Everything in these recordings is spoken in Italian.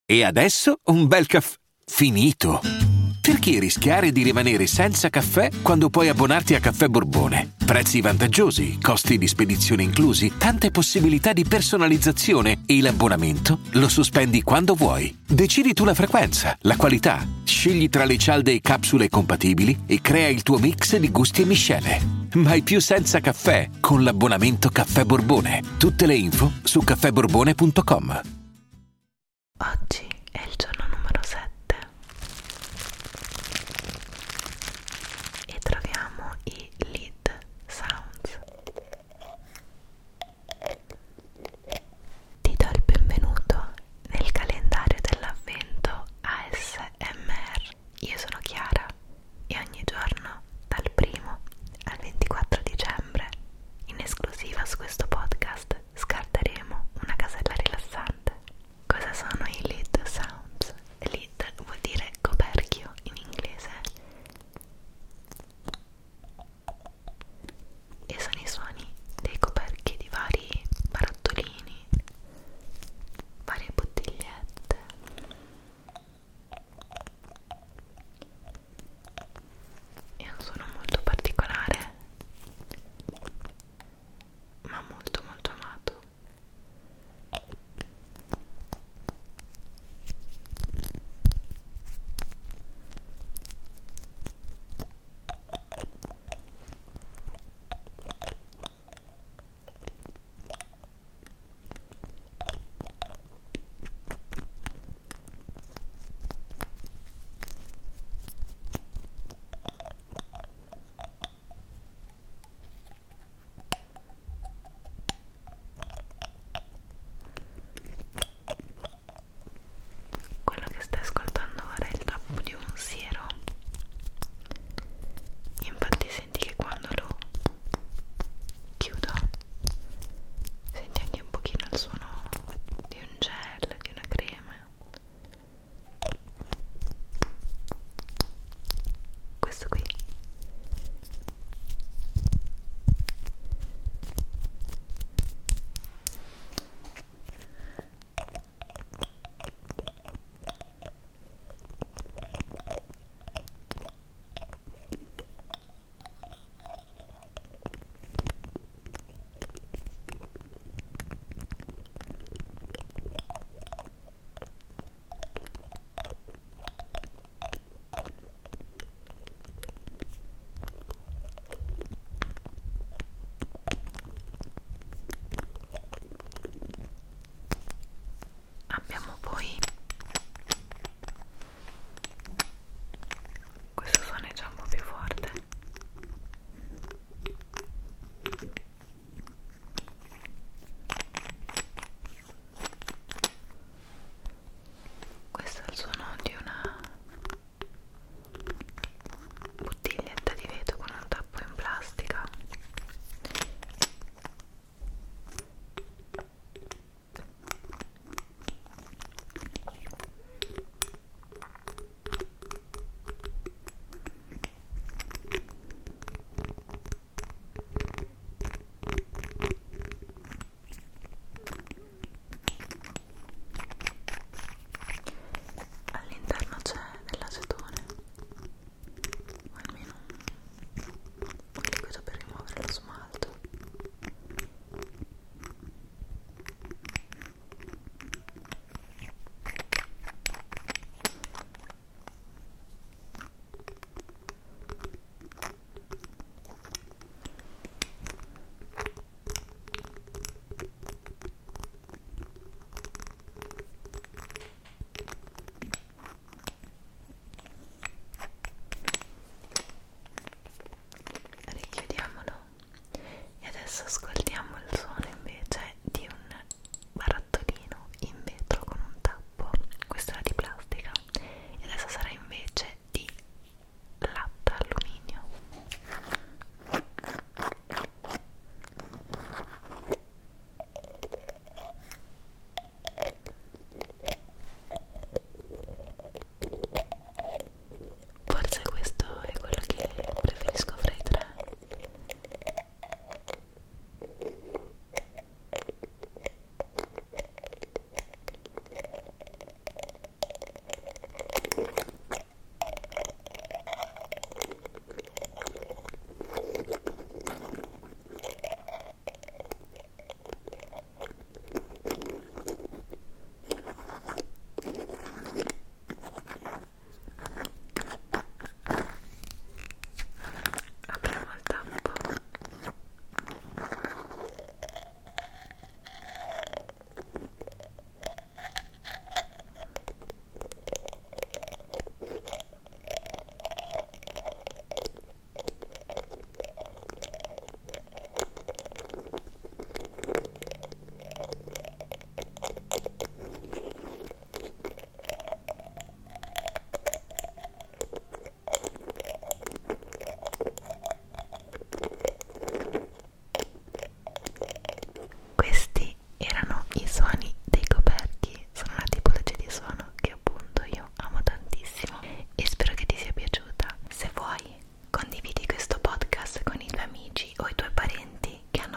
E adesso un bel caffè finito. Perché rischiare di rimanere senza caffè quando puoi abbonarti a Caffè Borbone? Prezzi vantaggiosi, costi di spedizione inclusi, tante possibilità di personalizzazione e l'abbonamento lo sospendi quando vuoi. Decidi tu la frequenza, la qualità, scegli tra le cialde e capsule compatibili e crea il tuo mix di gusti e miscele. Mai più senza caffè con l'abbonamento Caffè Borbone. Tutte le info su caffèborbone.com. Oggi è il giorno numero 7 e troviamo i lead sounds. Ti do il benvenuto nel calendario dell'avvento ASMR. Io sono Chiara e ogni giorno dal 1 al 24 dicembre in esclusiva su questo podcast scarteremo una casella rilassante.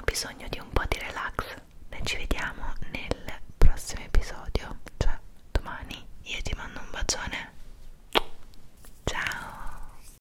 bisogno di un po' di relax. Noi ci vediamo nel prossimo episodio.